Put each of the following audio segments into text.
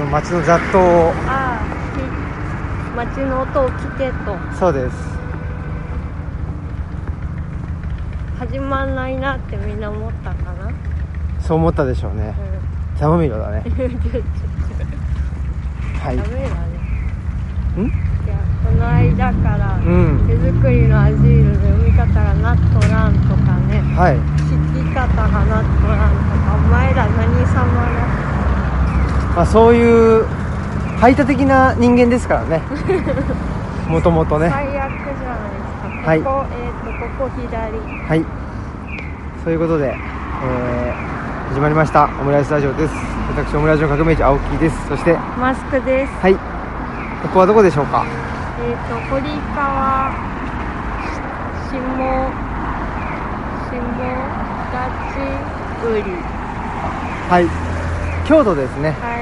街の雑踏を街の音を聞けと。 そうです。 始まんないなってみんな思ったかな。 そう思ったでしょうね。ざまみろだね。はい。 ダメだね。 ん？ いや、この間から手作りのアジールの読み方がなっとらんとかね、 はい、 聞き方がなっとらんとか、お前ら何様まあ、そういう排他的な人間ですからね。もともとね。 最悪じゃないですか。 はい、 ここ左。 はい。そういうことで、始まりましたオムライスラジオです。私オムライスの革命児青木です。そしてマスクです。 はい。ここはどこでしょうか？ 堀川下立売。 はい。京都ですね。 はい。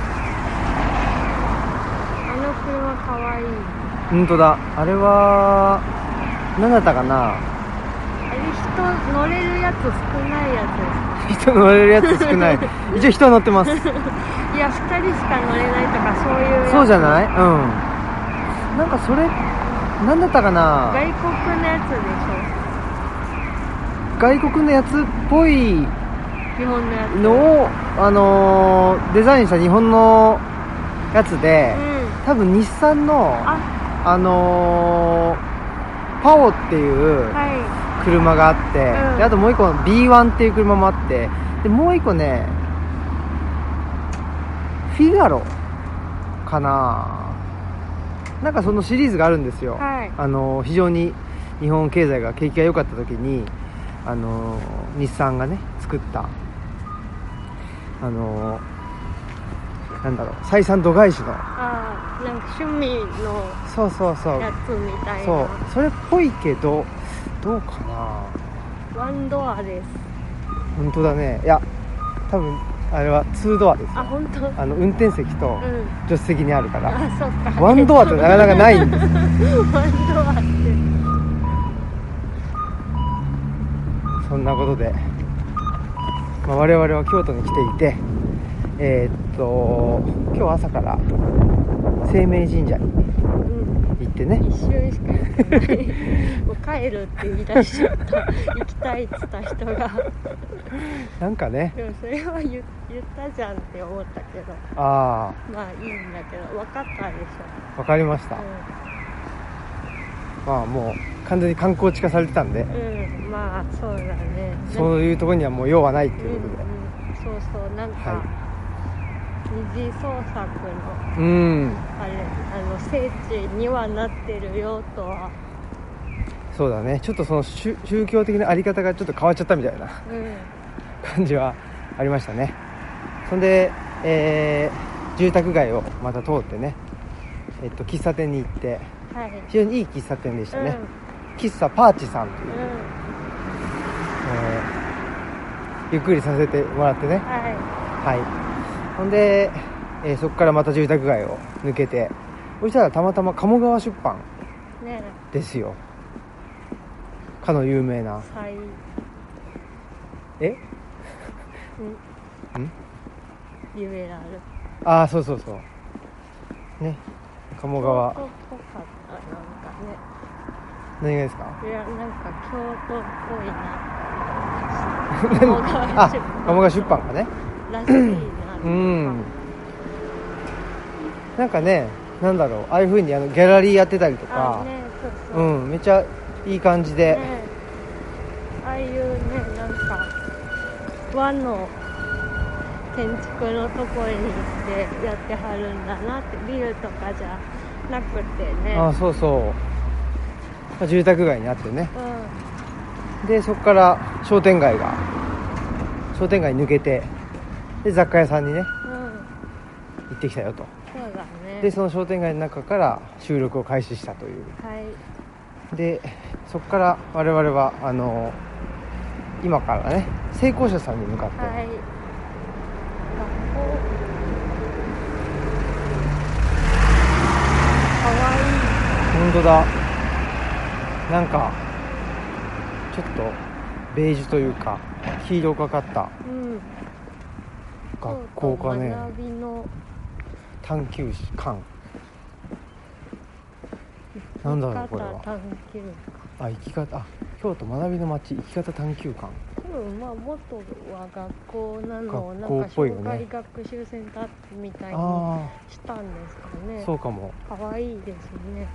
あの車かわいい。 本当だ。あれは何だったかな。 あれ人乗れるやつ少ないやつですか？ 人乗れるやつ少ない。一応人乗ってます。 いや、2人しか乗れないとかそういうやつ。 そうじゃない？うん。なんかそれ何だったかな。 外国のやつでしょ。 外国のやつっぽい日本のやつのを、デザインした日本のやつで、多分日産のパオっていう車があって、であともう一個 B1 っていう車もあって、でもう一個ねフィガロかな、なんかそのシリーズがあるんですよ。非常に日本経済が景気が良かった時に日産がね作ったなんだろう、採算度外視のなんか趣味のそうやつみたいな。 そうそれっぽいけどどうかな。 ワンドアです。 本当だね。いや多分あれは2ドアですよ。 本当？ 運転席と助手席にあるから、 そうか。 ワンドアってなかなかないんですよ。 ワンドアってそんなことで、我々は京都に来ていて、今日朝から晴明神社に行ってね、 一瞬しか行ってないもう帰るって言い出しちゃった。行きたいって言った人がなんかね、 でもそれは言ったじゃんって思ったけど、 まあいいんだけど、分かったでしょ。 分かりました、もう完全に観光地化されてたんで、 まあそうだね。 そういうところにはもう用はないっていうことで、 そうなんか、二次創作の聖地にはなってるよとは。 そうだね。ちょっとその宗教的なあり方がちょっと変わっちゃったみたいな、感じはありましたね。そんで、住宅街をまた通ってね、喫茶店に行って、非常にいい喫茶店でしたね。喫茶パーチさんという、ゆっくりさせてもらってね。ほんで、そこからまた住宅街を抜けて、そしたらたまたま鴨川出版ですよ。かの有名な。 リベラル。 そうね、鴨川。 京都っぽかったなんかね。 何がですか？ いや、なんか京都っぽいな。 鴨川出版がね。 らしいな。 なんかね、なんだろう、ああいう風にギャラリーやってたりとか、めっちゃいい感じで、 ああいうね、なんか和の建築のところに行ってやってはるんだなって、ビルとかじゃなくてね。 住宅街にあってね、でそこから商店街抜けて、で雑貨屋さんにね、行ってきたよと。でその商店街の中から収録を開始したという、でそこから我々は今からね成功者さんに向かって、本当だ。なんかちょっとベージュというか黄色がかった、学校かね。 学びの探求館。なんだろうこれは。 探求生き方、京都学びの街生き方探求館。 まあ元は学校なのをなんか学校っぽいよね。 障害学習センターみたいにしたんですかね。 そうかも。 かわいいですね。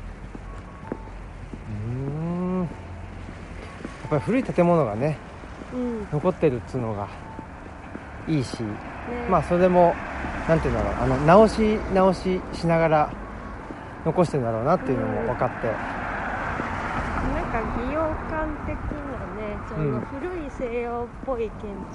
やっぱり古い建物がね、残ってるっつうのがいいし、まあそれでもなんていうんだろう、直ししながら残してるんだろうなっていうのも分かって、 なんか擬洋館的なね、その古い西洋っぽい建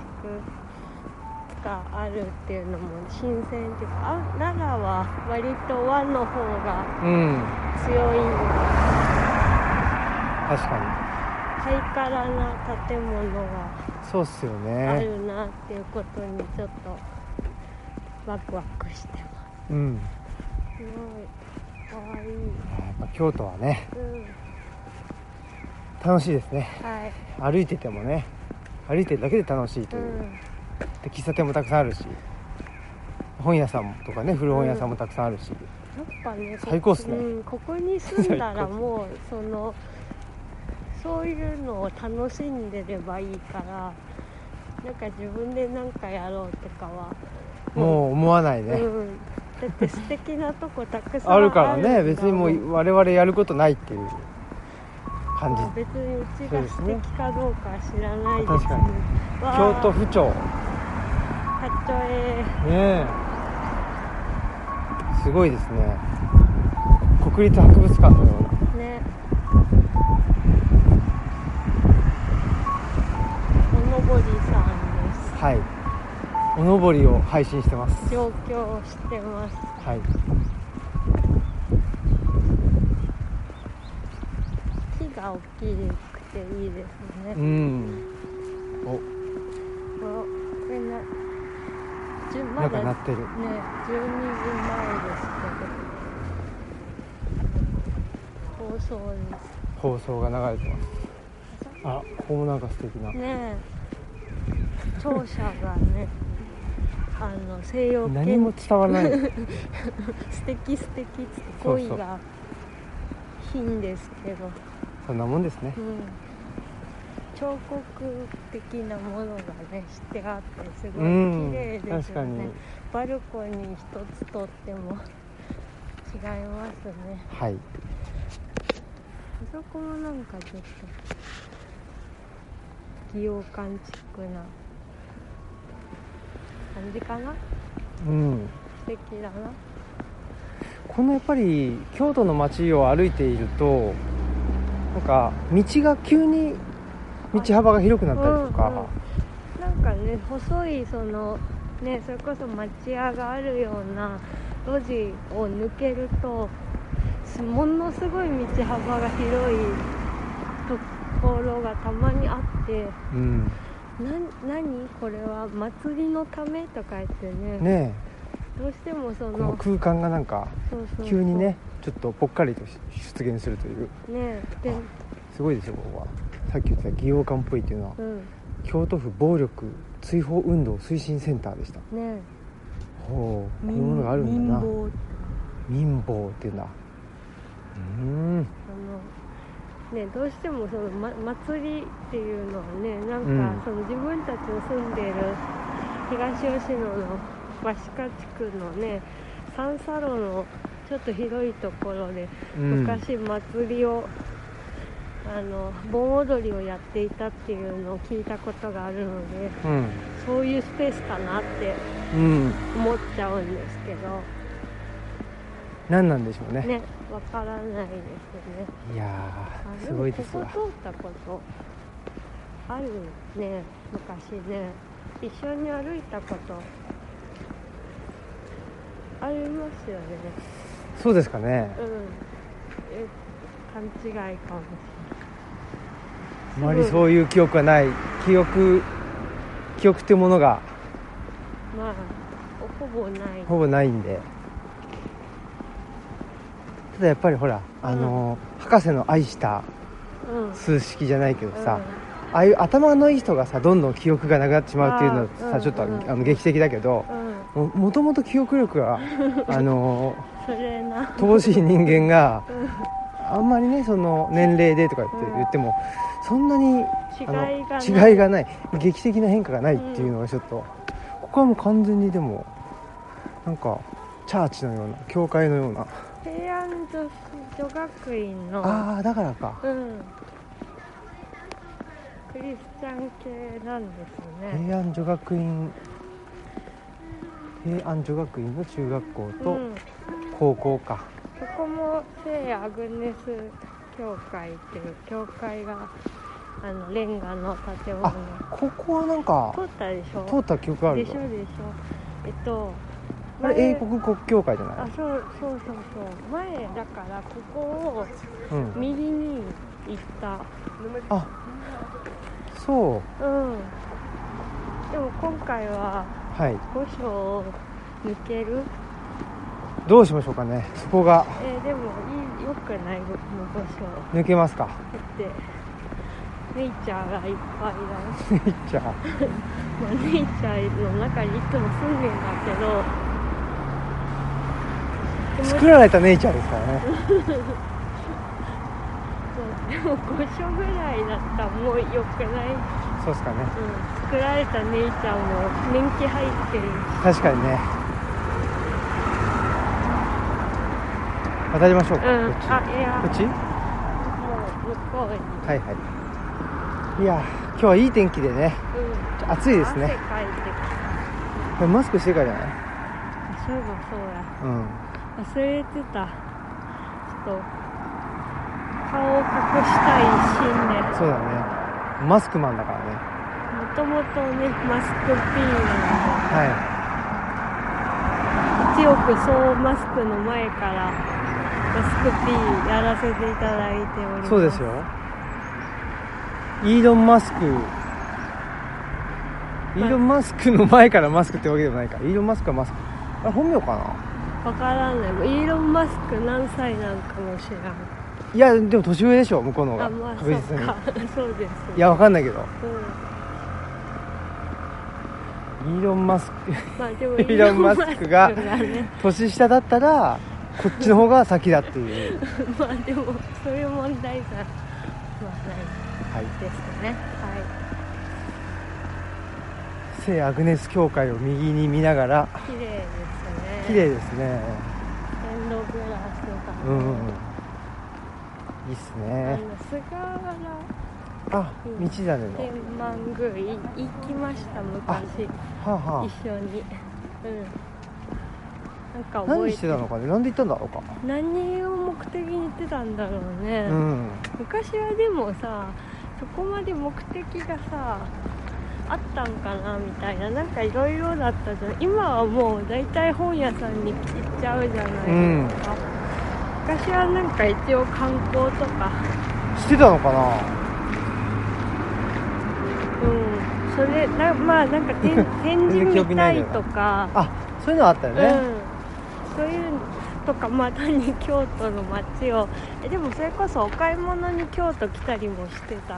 築があるっていうのも新鮮っていうか、奈良は割と和の方が強いんだ、 確かにハイカラな建物がそうっすよね、 あるなっていうことにちょっとワクワクしてます。すごいかわいい。 やっぱ京都はね、楽しいですね、歩いててもね、歩いてるだけで楽しいという、で喫茶店もたくさんあるし、本屋さんとかね、古本屋さんもたくさんあるし、 やっぱね、 最高っすね、 ここに住んだらもうそういうのを楽しんでればいいから、なんか自分で何かやろうとかはもう思わないね、 だって素敵なとこたくさんあるからね、別にもう我々やることないっていう感じ。 別にうちが素敵かどうかは知らないですね。 確かに京都府庁かっちょええねえ、すごいですね、国立博物館のようなね。おのぼりさんです。 はい、おのぼりを配信してます。 上京してます。 はい。 木が大きくていいですね。これなんか鳴ってるね。 12時前ですけど、放送です。 放送が流れてます。ここもなんか素敵なね。庁舎がね、西洋建何も伝わらない素敵って恋が品ですけど、 そんなもんですね、 彫刻的なものがねしてあってすごい綺麗ですよね。確かにバルコニー一つとっても違いますね。 はい。 あそこもなんかちょっと擬洋館チックな感じかな。素敵だな。 このやっぱり京都の街を歩いていると、なんか道が急に道幅が広くなったりとか、 なんかね、細いそれこそ町屋があるような路地を抜けるとものすごい道幅が広いところがたまにあって、何これは祭りのためとか言ってね、どうしてもこの空間がなんか急にねちょっとぽっかりと出現するというすごいですよ。ここはさっき言ってた擬洋館っぽいっていうのは、京都府暴力追放運動推進センターでしたね。こういうものがあるんだな。民房っていうんだ。 どうしても祭りっていうのはね、なんか自分たちの住んでいる東吉野の和鹿地区のね、三差路のちょっと広いところで、昔祭りを盆踊りをやっていたっていうのを聞いたことがあるので、そういうスペースかなって思っちゃうんですけど、 何なんでしょうね。 わからないですね。 いやー、すごいですわ。 ここ通ったことあるね、昔ね。一緒に歩いたことありますよね。 そうですかね。 勘違いかもしれない。 あまりそういう記憶はない。記憶っていうものがほぼないんで。ただやっぱりほら、博士の愛した数式じゃないけどさ、ああいう頭のいい人がさ、どんどん記憶がなくなってしまうっていうのはさ、ちょっと劇的だけど、 もともと記憶力がそれな乏しい人間がうんあんまりねその年齢でとか言ってもそんなに違いがない劇的な変化がないっていうのがちょっと、ここはもう完全にでもなんかチャーチのような教会のような平安女学院のああだからか、 クリスチャン系なんですね。 平安女学院の中学校と高校か、 そこも聖アグネス教会っていう教会がレンガの建物。 ここはなんか通ったでしょ。 通った記憶あるぞ。 でしょ。 あれ英国国教会じゃない？ そう前だからここを右に行った、 あ、そう。 でも今回は御所を抜ける？ どうしましょうかね。そこがでもよくない御所抜けますか。 だってネイチャーがいっぱいだよ。 ネイチャーまあ、ネイチャーの中にいつも住んでんだけど作られたネイチャーですからね。 でも5所ぐらいだったらもうよくない？ そうですかね、 作られたネイチャーも年季入ってるし。 確かにね。渡りましょうか、こっちもう向こうに。 いや今日はいい天気でね、暑いですね。 汗かいてきた。 これマスクしてからじゃない？ そういえばそうや、忘れてた。ちょっと顔を隠したい一心で。 そうだね、マスクマンだからね。 もともとねマスク P なので、1億総マスクの前からマスク P やらせていただいております。 そうですよ。イーロン・マスクの前からマスクってわけでもないか。イーロン・マスクはマスク、あれ本名かな。 わからない。イーロン・マスク何歳なんかも知らん。 いやでも年上でしょ向こうの方が。 まあ確実に。 そうです。 いやわかんないけど、イーロン・マスクまあでもイーロン・マスクが年下だったらこっちの方が先だっていうまあでもそういう問題じゃないですね。 聖アグネス教会を右に見ながら。 綺麗ですね。 綺麗ですね。 エンドグラスがいいっすね。 菅原道真の天満宮行きました昔。一緒に。なんか何してたのかね。なんで行ったんだろうか。 何を目的に行ってたんだろうね。昔はでもさそこまで目的がさあったんかなみたいな、なんかいろいろだったじゃん。今はもうだいたい本屋さんに行っちゃうじゃないですか。昔はなんか一応観光とかしてたのかな。 それまあなんか展示見たいとかそういうのあったよね。 そういうとか、まあ単に京都の街をでもそれこそお買い物に京都来たりもしてたから、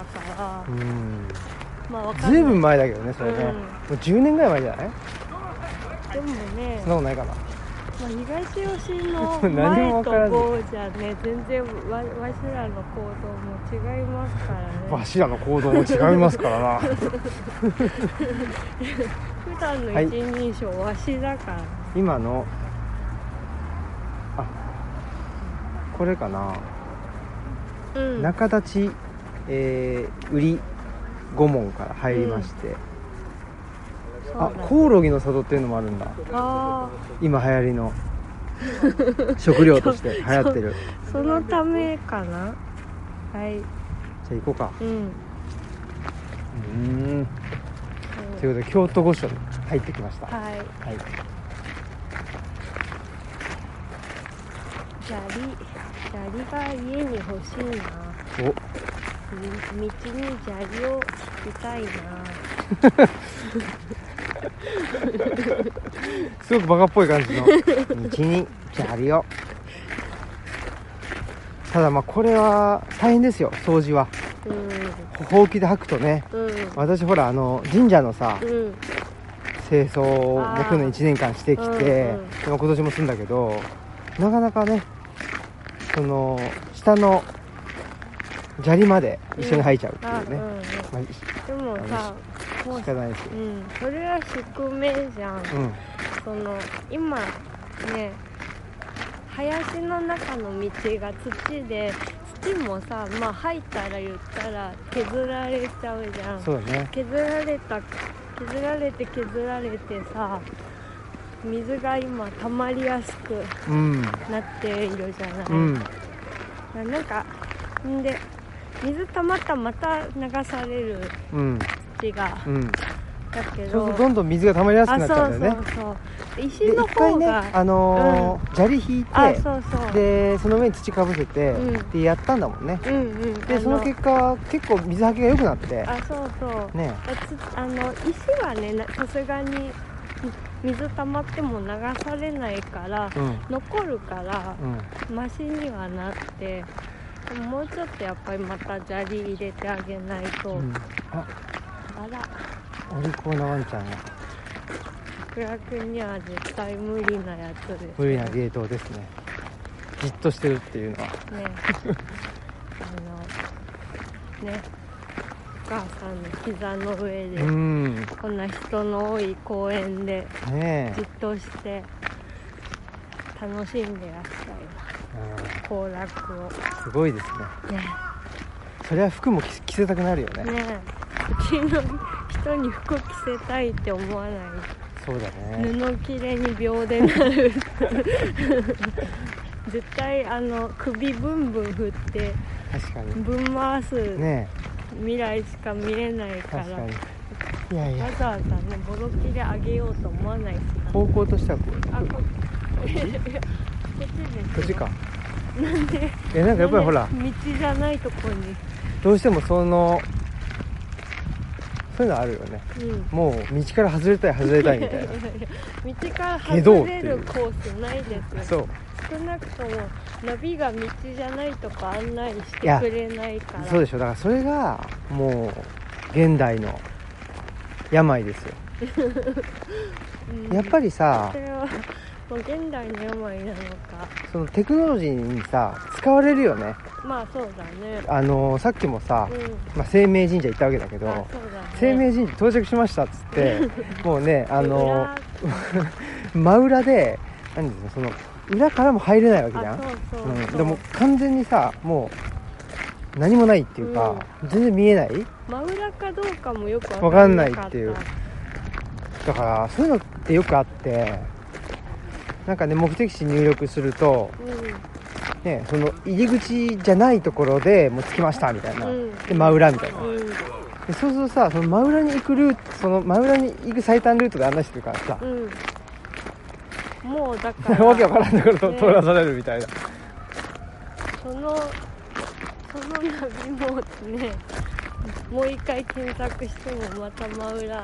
まあわかんない。 ずいぶん前だけどねそれね、もう10年ぐらい前じゃない？ でもねそんなことないかな。 まあ、東吉の前と後じゃね全然わしらの行動も違いますからね。 わしらの行動も違いますからな普段の一人称わしだから、 今のこれかな、中立売り御門から入りまして、コオロギの里っていうのもあるんだ。今流行りの食料として流行ってるそのためかな。じゃあ行こうか。ということで京都御所に入ってきました。 砂利が家に欲しいな。道に砂利を敷きたいなすごくバカっぽい感じの道に砂利を。ただまあこれは大変ですよ、掃除は。ほうきで掃くとね、私ほら神社のさ、 清掃をもう去年1年間してきて、今年もするんだけど、なかなかねその下の砂利まで一緒に入っちゃうっていうね、まあ、 でもさ仕方ないですよ、 それは宿命じゃん、その今ね林の中の道が土で、土もさ、まあ入ったら言ったら削られちゃうじゃん。 そうだね。 削られてさ、水が今溜まりやすくなっているじゃない、なんかんで水溜まったらまた流される土が、だけどそうどんどん水が溜まりやすくなっちゃうんだよね。 そう石の方が一回ね、砂利引いて、でその上に土かぶせて、でやったんだもんね、でその結果結構水はけが良くなって、ね、石はねさすがに水溜まっても流されないから、残るから、マシにはなって、でももうちょっとやっぱりまた砂利入れてあげないと、あらお利口なワンちゃんが。 桜君には絶対無理なやつです、ね、 無理な芸当ですね。じっとしてるっていうのはねね、お母さんの膝の上で、こんな人の多い公園でじっとして楽しんでらっしゃい、行楽を。 すごいですね。それは服も着せたくなるよね。 うちの人に服着せたいって思わない？ そうだね。 布切れに秒でなる絶対首ブンブン振って確かにぶん回す未来しか見れないから、確かに。いやいや、わざわざねボロ切れあげようと思わないしな。 方向としてはこっちです。 こっちか。 なんでなんかやっぱりほら道じゃないとこにどうしてもそういうのあるよね、もう道から外れたいみたいな道から外れるコースないですよ。少なくともナビが道じゃないとか案内してくれないから。 そうでしょ。だからそれがもう現代の病ですよ、やっぱりさ、それはもう現代の病なのか、 そのテクノロジーにさ使われるよね。 まあそうだね。 さっきもさ、晴明神社行ったわけだけど、晴明神社到着しましたっつってもうね真裏で何ですか、その裏からも入れないわけじゃん。でも完全にさもう何もないっていうか、全然見えない、 真裏かどうかもよく分かんないっていう。だからそういうのってよくあって、なんかね目的地入力すると、その入り口じゃないところでもう着きましたみたいな、で真裏みたいな、でそうするとさ、その真裏に行くその真裏に行く最短ルートで案内してるからさ、 もうだからわけわからんところを通らされるみたいな、 そのナビもね、もう一回検索してもまた真裏案内されるから。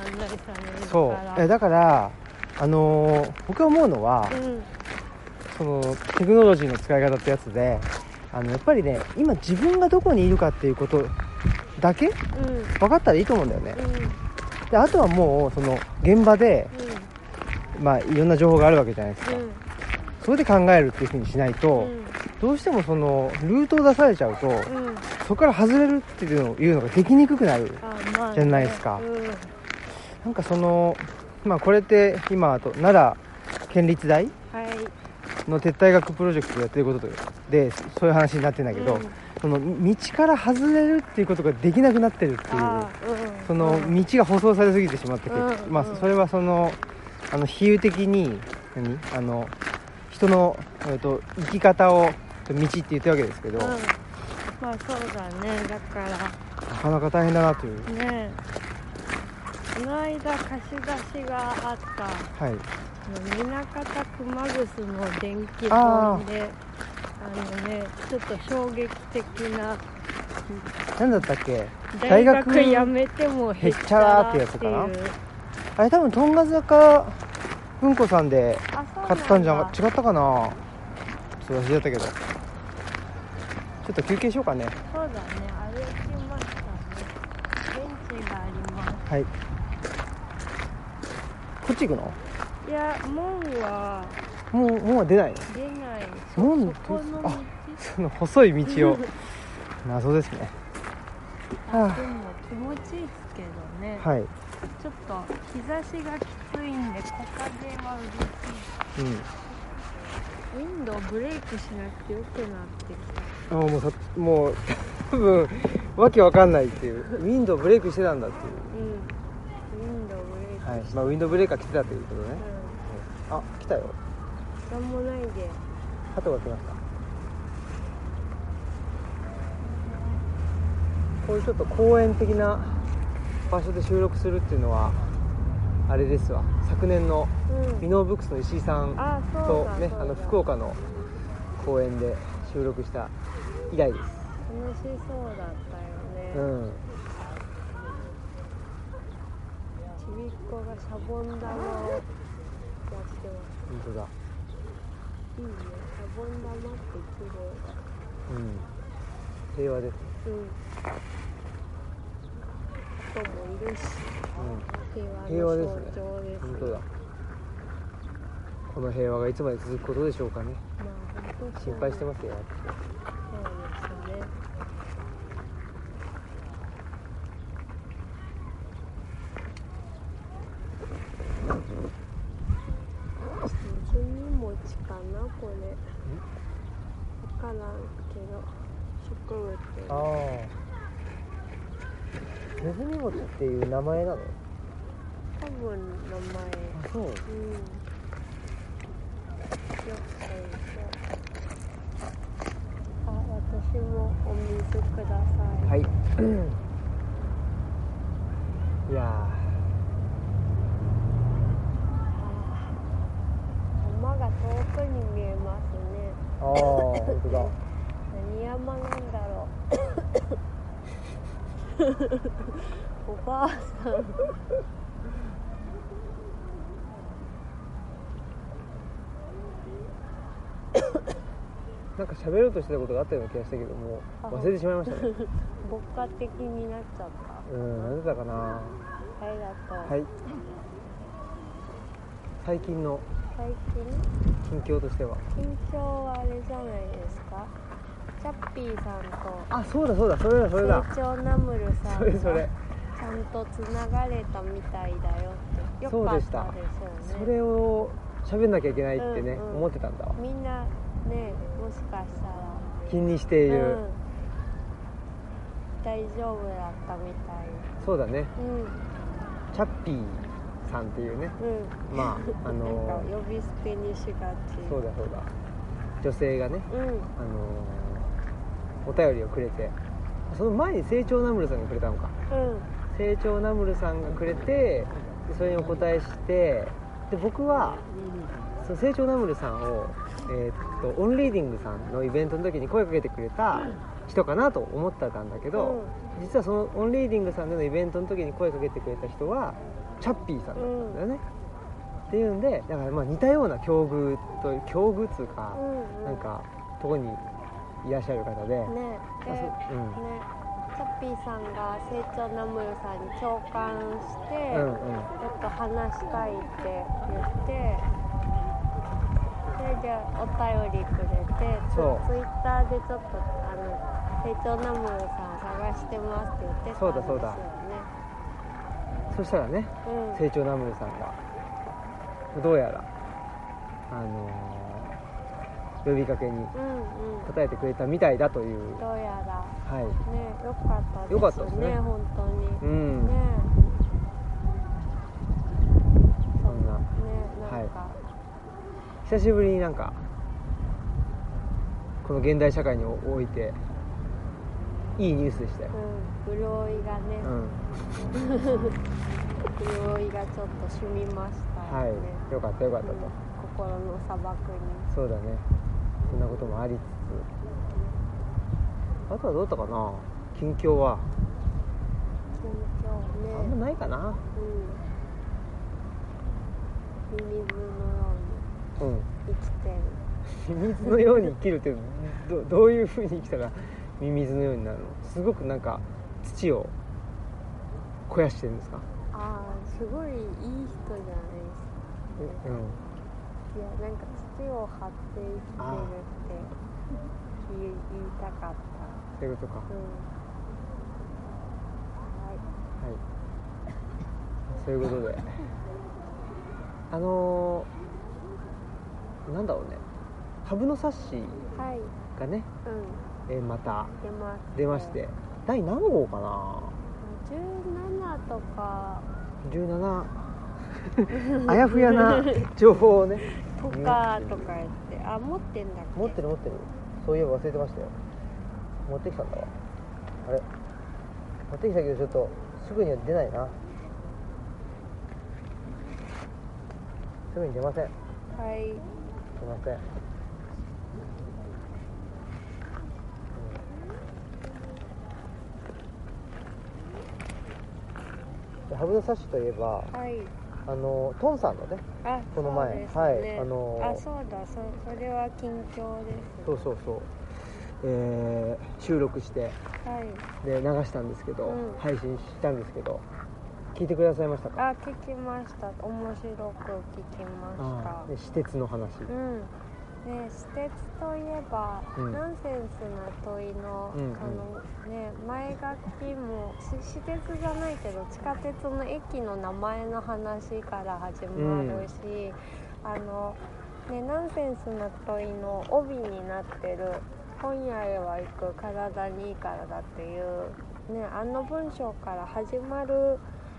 そうだから僕が思うのは、そのテクノロジーの使い方ってやつで、やっぱりね今自分がどこにいるかっていうことだけ、分かったらいいと思うんだよね、であとはもうその現場で、まあいろんな情報があるわけじゃないですか、それで考えるっていう風にしないと、どうしてもそのルートを出されちゃうと、そこから外れるっていうのができにくくなるじゃないですか、なんかそのまあこれって今奈良県立大の撤退学プロジェクトやってることでそういう話になってるんだけど、その道から外れるっていうことができなくなってるっていう、その道が舗装されすぎてしまって、まあそれはその比喩的に人の生き方を道って言ってるわけですけど、 まあそうだね。だからなかなか大変だなというね。この間貸し出しがあった、南方熊楠の電気本でちょっと衝撃的な、 何だったっけ、 大学辞めてもへっちゃらってやつかな。 あれ多分トンガ坂文庫さんで買ったんじゃ違ったかな、ちょっと忘れちゃったけど、ちょっと休憩しようかね。 そうだね、歩きましたね。ベンチがあります。 はい。 こっち行くの？ いや、門はもう出ないの？ 出ない。 門そこの道。 その細い道を謎ですね。 でも気持ちいいですけどね。 はい。 ちょっと日差しがきついんで木陰は嬉しい。ウィンドウブレイクしなくてよくなってきた。 もう多分わけわかんないっていうウィンドウブレイクしてたんだっていう。 ウィンドウブレイク。 はい。ウィンドウブレーカー来てたということね。あ、来たよ。 なんもないで。 鳩が来ました。こういうちょっと公園的な場所で収録するっていうのはあれですわ。昨年のミノーブックスの石井さんとね、福岡の公園で収録した以来です。 楽しそうだったよね。ちびっこがシャボン玉をやってます。 本当だ。 いいね、シャボン玉って綺麗だ。 平和です。 人もいるし、 平和の象徴ですね。 本当だ。この平和がいつまで続くことでしょうかね。 本当心配してますよ。 そうですね。ネズミ餅かなこれ。わからんけど植物。 ネズミ餅っていう名前なの？ 多分名前。 そう。 私もお水ください。 はい。いや山が遠くに見えますね。 本当だ。 何山なんだろう。おばあさん。 なんか喋ろうとしてたことがあったような気がしたけども忘れてしまいましたね。 牧歌的になっちゃった。 なんでだかな。 ありがとう。 はい。最近近況としては。 近況はあれじゃないですか。チャッピーさんと。 そうだそれだ。 成長ナムルさんがそれちゃんとつながれたみたいだよって。よかったでしょうね。 それを喋んなきゃいけないってね、思ってたんだわ。 みんなね、もしかしたら気にしている。 大丈夫だったみたい。 そうだね。チャッピーさんっていうね、まあなんか呼び捨てにしがち。 そうだ女性がね、お便りをくれて、その前に成長ナムルさんがくれたのか。成長ナムルさんがくれて、でそれにお答えして、で僕はその成長ナムルさんを、オンリーディングさんのイベントの時に声かけてくれた人かなと思ってたんだけど、実はそのオンリーディングさんでのイベントの時に声かけてくれた人はチャッピーさんだったんだよね。っていうんで、だからまあ似たような境遇つうか、なんかとこにいらっしゃる方で、 チャッピーさんが成長ナムルさんに共感して、ちょっと話したいって言って、それでお便りくれて、ツイッターでちょっと成長ナムルさん探してますって言ってたんですよね。 そしたらね、成長ナムルさんがどうやら呼びかけに答えてくれたみたいだという。 どうやらはいね、よかったですね、本当に。 そんななんか、久しぶりになんかこの現代社会においていいニュースでしたよ。 潤いがね、潤いがちょっと染みましたよね。 よかったと、 心の砂漠に。 そうだね、そんなこともありつつ、あとはどうだったかな。近況はね、あんまないかな。 ミミズのように生きてる。 ミミズのように生きるってどういう風に生きたらミミズのようになるの？すごくなんか土を肥やしてるんですか？ ああ、すごいいい人じゃないですか。いや、なんか土を張って生きてるって言いたかった。 そういうことか。はい、そういうことでなんだろうね、ハブのサッシがね、また出まして、第何号かな。 17とか 17あやふやな情報をねとか言って、あ、持ってんだっけ。 持ってる。そういえば忘れてましたよ。持ってきたんだわ。あれ、持ってきたけどちょっとすぐには出ないな。すぐに出ません。 はい、 すいません。ハブのサッシといえば、トンさんのね、この前、 そうですね、そうだ、それは近況です。 そう、収録して、で流したんですけど、配信したんですけど、聞いてくださいましたか？ 聞きました。面白く聞きました。 で、私鉄の話。 ね、私鉄といえば、ナンセンスな問いの、前書きも私鉄じゃないけど地下鉄の駅の名前の話から始まるし、ナンセンスな問いの帯になってる今夜へは行く体にいいからだっていう、文章から始まる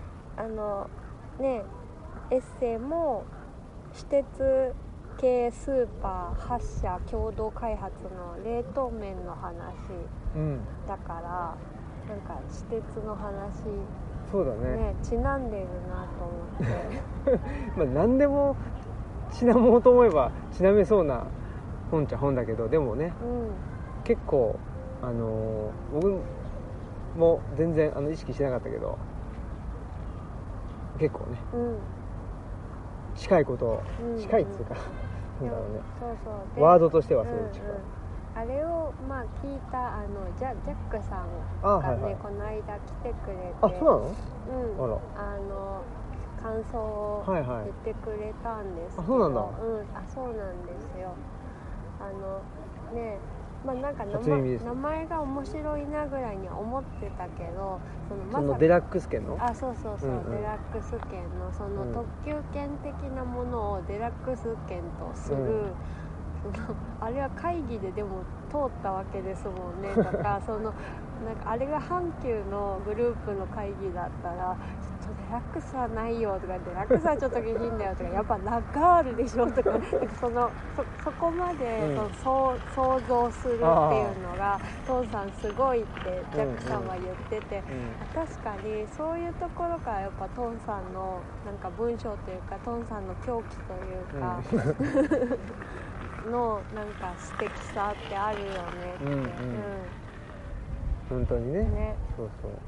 エッセイも私鉄系スーパー8社共同開発の冷凍麺の話だから、なんか私鉄の話、 そうだね、 ちなんでるなと思って何でもちなもうと思えばちなめそうな本っちゃ本だけど、でもね、結構僕も全然意識してなかったけど、結構ね、近いことを、近いっつうかなんだろうね、ワードとしてはすごい近い。 あれを聞いたジャックさんがね、この間来てくれて、 そうなの？ 感想を言ってくれたんですけど、 そうなんだ。 そうなんですよ。なんか名前が面白いなぐらいには思ってたけど、 そのデラックス券の？ そう、デラックス券のその特急券的なものをデラックス券とする、あれは会議ででも通ったわけですもんねとかなんかあれが阪急のグループの会議だったら、ちょっとデラックスはないよとか、デラックスはちょっと下品だよとか、やっぱラガールでしょとかそこまで、想像するっていうのがトンさんすごいってジャックさんは言ってて、確かにそういうところからやっぱトンさんのなんか文章というか、トンさんの狂気というか、のなんか素敵さってあるよねって、 本当にね、そう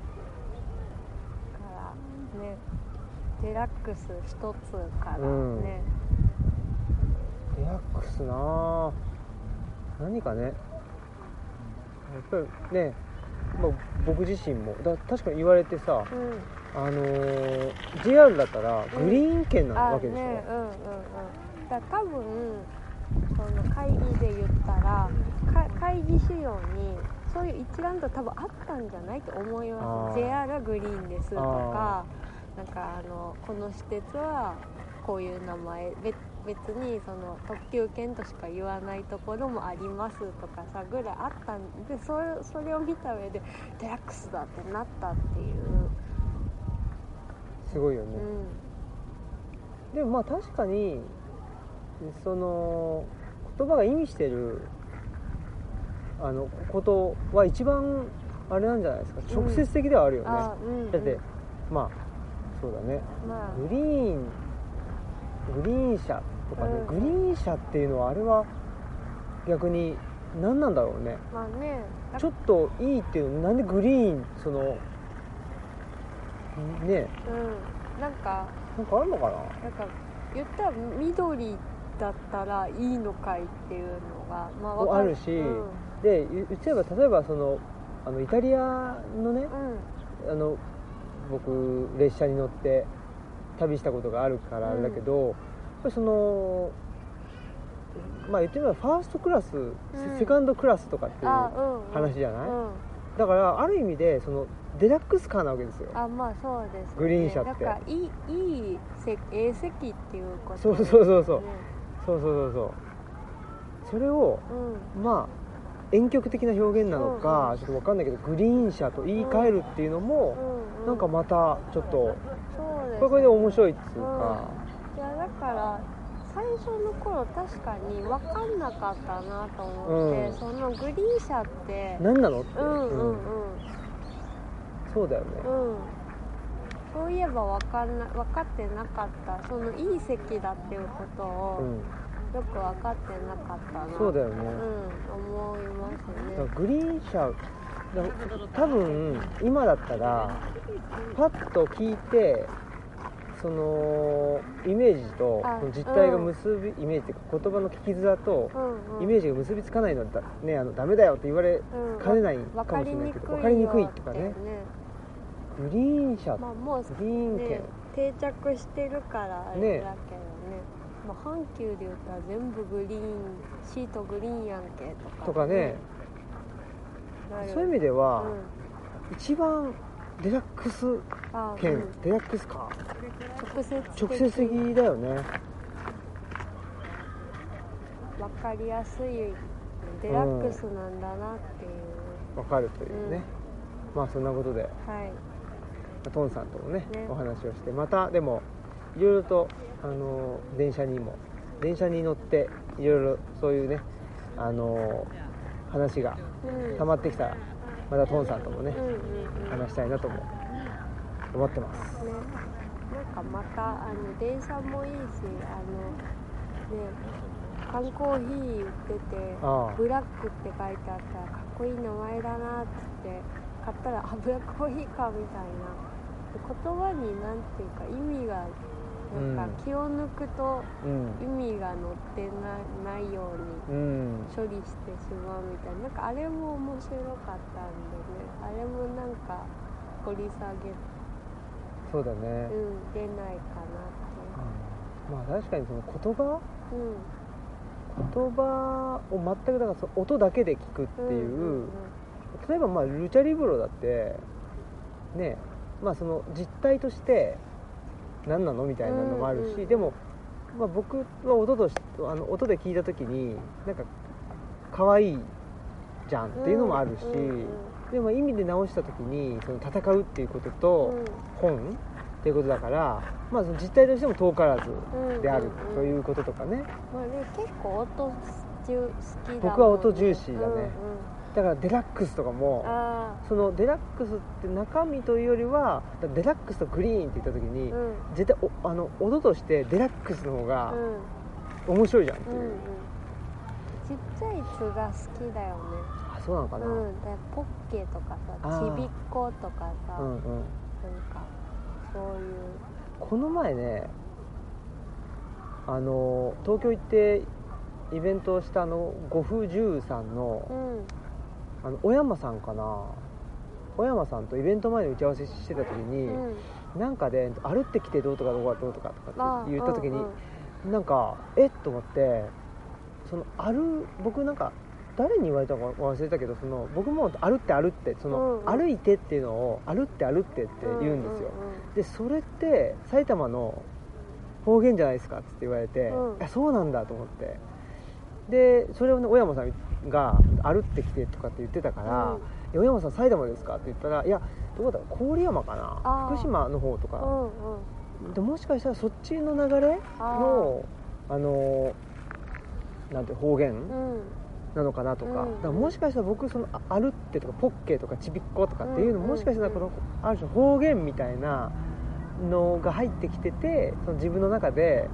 からね、デラックス一つからね、 デラックスな何かね、やっぱりね、僕自身も確かに言われてさ、JR だったらグリーン券なわけでしょ。 だから多分その会議で言ったら、会議資料にそういう一覧と多分あったんじゃないと思います。 JR はグリーンですとか、なんかこの私鉄はこういう名前、別にその特急券としか言わないところもありますとかさぐらいあったんで、それを見た上でデラックスだってなったっていう、 すごいよね、でも確かにその言葉が意味してることは一番あれなんじゃないですか、直接的ではあるよね、だってそうだね、グリーン車とかね、グリーン車っていうのはあれは逆に何なんだろうね、ちょっといいっていうの、なんでグリーンね、 なんかあるのかな、 なんか言ったら緑だったらいいのかいっていうのが、 あるし、で言っちゃえば、例えばそのイタリアのね、 僕列車に乗って旅したことがあるからあれだけど、やっぱりそのまあ言ってみればファーストクラス、セカンドクラスとかっていう話じゃない、だからある意味でそのデラックスカーなわけですよ。 まあそうですね。 グリーン車ってだからいいA席っていうこと、ね、 そうそれを、まあ婉曲的な表現なのか、ちょっと分かんないけどグリーン車と言い換えるっていうのも、なんかまたちょっとこれで面白いっていうか、 いやだから最初の頃確かに分かんなかったなと思って、そのグリーン車って何なのって、そうだよね、 そういえば分かってなかった、そのいい席だっていうことを、よく分かってなかったな。 そうだよね、 思いますね。 グリーン車多分今だったらパッと聞いてそのイメージと実態がイメージっていうか言葉の聞きづらとイメージが結びつかないのだ、ね、ダメだよって言われかねないかもしれないけど、分かりにくいとかね。グリーン車、 もうグリーン券、 定着してるからあれだけどね。阪急で言ったら全部グリーンシートグリーンやんけとかね。 そういう意味では、一番デラックス券、デラックスカー直接的だよね。 分かりやすいデラックスなんだなっていう、 分かるというね、まあそんなことで、トンさんともねお話をして、またでもいろいろと電車に乗っていろいろそういうね話が溜まってきたら、またトンさんともね、話したいなとも思ってます、 ね。なんかまた電車もいいし、缶コーヒー売っててブラックって書いてあったらかっこいい名前だなっつって買ったら、ブラックコーヒーかみたいな、言葉になんていうか意味がなんか気を抜くと意味が乗ってないように処理してしまうみたいな、なんかあれも面白かったんでね、あれもなんか掘り下げそうだね、 出ないかなって、 まあ確かにその言葉を全くだからその音だけで聞くっていう、例えばまあルチャリブロだってね、まあその実態として何なのみたいなのもあるし、でも、まあ、僕は音で聞いた時になんか可愛いじゃんっていうのもあるし、でも意味で直した時にその戦うっていうことと本っていうことだから、まあ、その実態としても遠からずであるということとかね。 結構音好きだもんね。 僕は音重視だね、だからデラックスとかもそのデラックスって中身というよりはデラックスとグリーンって言った時に、絶対音としてデラックスの方が面白いじゃんっていう、 ちっちゃい「つ」が好きだよね。 そうなのかな、 ポッケとかさ、ちびっことかさ、なんかそういう。 この前ね東京行ってイベントをした呉風十さんの、小山さんかな、小山さんとイベント前に打ち合わせしてた時に、なんかで歩ってきてどうとかって言った時に、なんかと思って、その僕なんか誰に言われたか忘れたけど、その僕も歩ってその、歩いてっていうのを歩ってって言うんですよ、でそれって埼玉の方言じゃないですかって言われて、いやそうなんだと思って、でそれをね小山さんが歩ってきてとかって言ってたから、小山さん埼玉ですかって言ったら、いやどこだろう、郡山かな、福島の方とか、でもしかしたらそっちの流れのなんて方言、なのかなとか、だからもしかしたら僕その歩ってとかポッケとかちびっことかっていうのもしかしたらこのある種方言みたいなのが入ってきてて、その自分の中で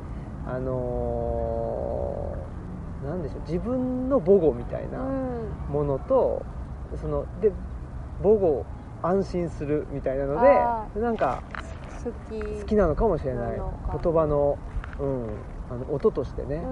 なんでしょう、自分の母語みたいなものと、そので母語安心するみたいなのでなんか好きなのかもしれない、言葉の、音としてね、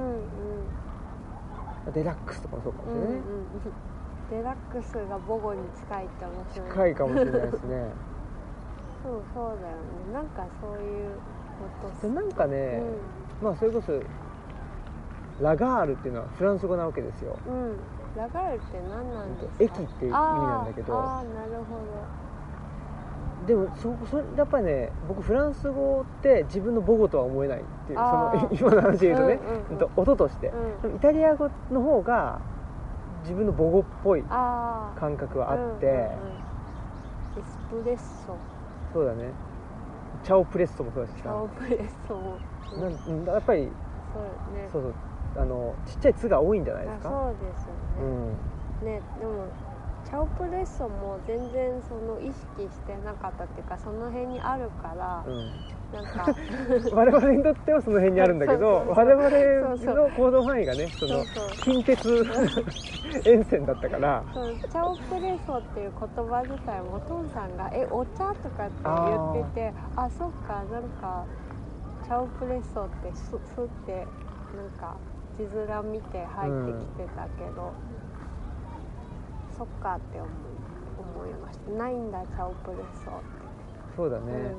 デラックスとかもそうかもしれない、 デラックスが母語に近いって面白い。 近いかもしれないですねそうだよね。なんかそういうことでなんかね、まあそれこそラガールっていうのはフランス語なわけですよ。 ラガールって何なんですか？ 駅っていう意味なんだけど。 なるほど。 でもやっぱりね、僕フランス語って自分の母語とは思えないっていう、その今の話で言うとね、音として、でもイタリア語の方が自分の母語っぽい感覚はあって、エスプレッソ、 そうだね、チャオプレッソもそうだしさ、 チャオプレッソも、 やっぱりそうね、 ちっちゃい「つ」が多いんじゃないですか。 そうですよね。ね、でもチャオプレッソも全然その意識してなかったっていうか、その辺にあるから、なんか我々にとってはその辺にあるんだけど、我々の行動範囲がね、その近鉄沿線だったから。 チャオプレッソっていう言葉自体もトンさんがお茶とかって言ってて、そっか、なんかチャオプレッソってスってなんか字面見て入ってきてたけど、そっかって思いました。ないんだチャオプレッソって。 そうだね、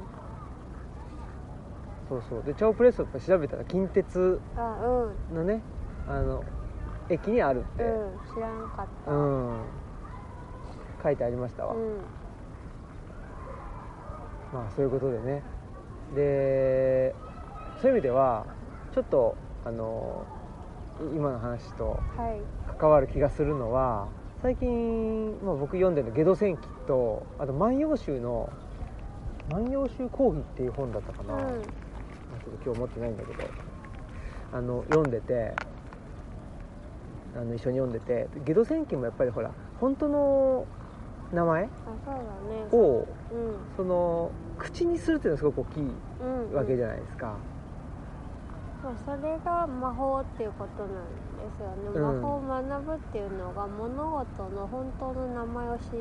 そうでチャオプレッソって調べたら近鉄のね、駅にあるって、 知らんかった、 書いてありましたわ。まあそういうことでね、でそういう意味ではちょっと今の話と関わる気がするのは、最近、僕読んでるのゲド戦記と、あと万葉集の万葉集講義っていう本だったかな、ちょっと今日持ってないんだけど、読んでて、一緒に読んでて、ゲド戦記もやっぱりほら本当の名前をその口にするっていうのはすごく大きいわけじゃないですか。 それが魔法っていうことなんですよね。魔法を学ぶっていうのが物事の本当の名前を知って、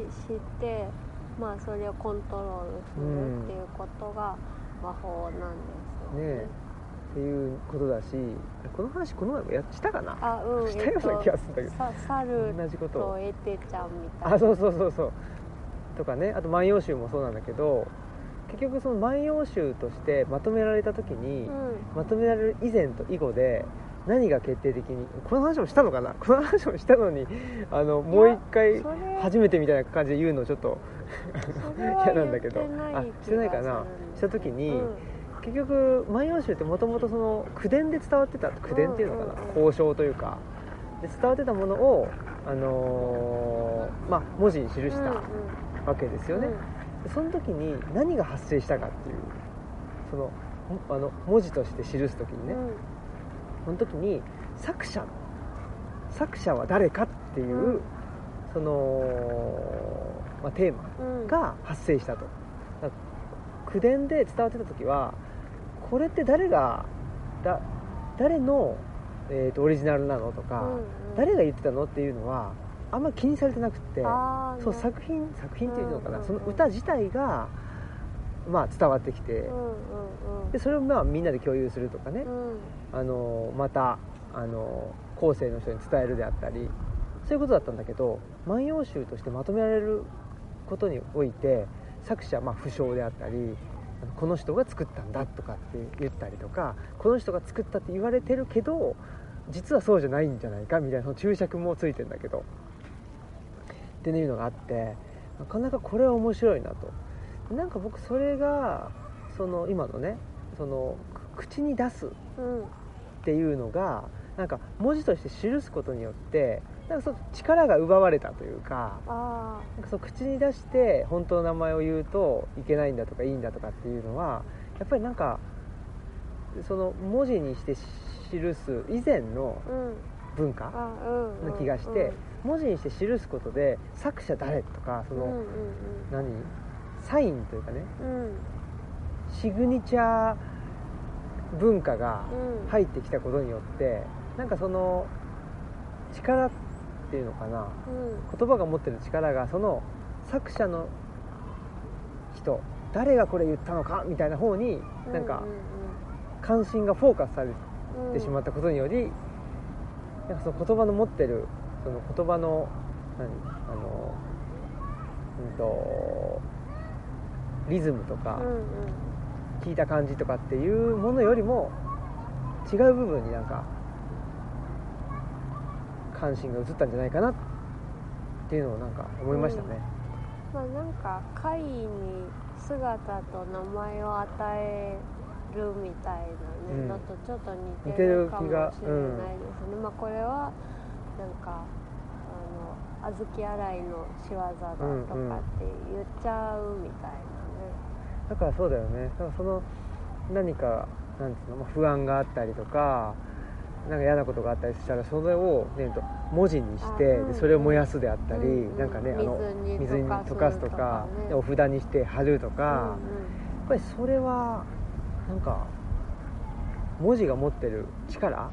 それをコントロールするっていうことが魔法なんですよね。 っていうことだし、この話この前もしたかな、したような気がするんだけど、 猿同じこととエテちゃんみたいな、 そうとかね、あと万葉集もそうなんだけど、結局その万葉集としてまとめられた時に、まとめられる以前と以後で何が決定的に、この話もしたのかな、この話もしたのにもう一回初めてみたいな感じで言うのちょっと嫌なんだけど、してないかな、した時に、結局万葉集ってもともとその口伝で伝わってた、口伝っていうのかな、交渉というかで伝わってたものを、文字に記したわけですよね。その時に何が発生したかっていう、その文字として記す時にね、その時に作者は誰かっていう、その、テーマが発生したと。口伝で伝わってた時は、これって誰の、オリジナルなのとか、誰が言ってたのっていうのはあんまり気にされてなくて、そう作品っていうのかな、その歌自体が伝わってきて、でそれをみんなで共有するとかね、また後世の人に伝えるであったり、そういうことだったんだけど、万葉集としてまとめられることにおいて、作者不詳であったり、この人が作ったんだとかって言ったりとか、この人が作ったって言われてるけど実はそうじゃないんじゃないかみたいな、その注釈もついてるんだけどっていうのがあって、なかなかこれは面白いなと。なんか僕それがその今のね、その口に出すっていうのが、なんか文字として記すことによってなんかその力が奪われたというか、なんかその口に出して本当の名前を言うといけないんだとかいいんだとかっていうのは、やっぱりなんかその文字にして記す以前の文化な気がして、文字にして記すことで作者誰とか、そのサインというかね、シグニチャー文化が入ってきたことによって、なんかその力っていうのかな、言葉が持ってる力がその作者の人、誰がこれ言ったのかみたいな方になんか関心がフォーカスされてしまったことにより、なんかその言葉の持ってるその言葉のリズムとか、 うんうん、 聞いた感じとかっていうものよりも違う部分になんか関心が移ったんじゃないかなっていうのをなんか思いましたね、 まあなんか貝に姿と名前を与えるみたいなね、のとちょっと似てるかもしれないですね、まあこれはなんか小豆洗いの仕業だとかって言っちゃうみたいなね、 だからそうだよね。だからその何かなんていうの、不安があったりとかなんか嫌なことがあったりしたらそれを、ね、文字にしてでそれを燃やすであったり、なんかね水に溶かすとか、ね、お札にして貼るとか、やっぱりそれはなんか文字が持ってる力、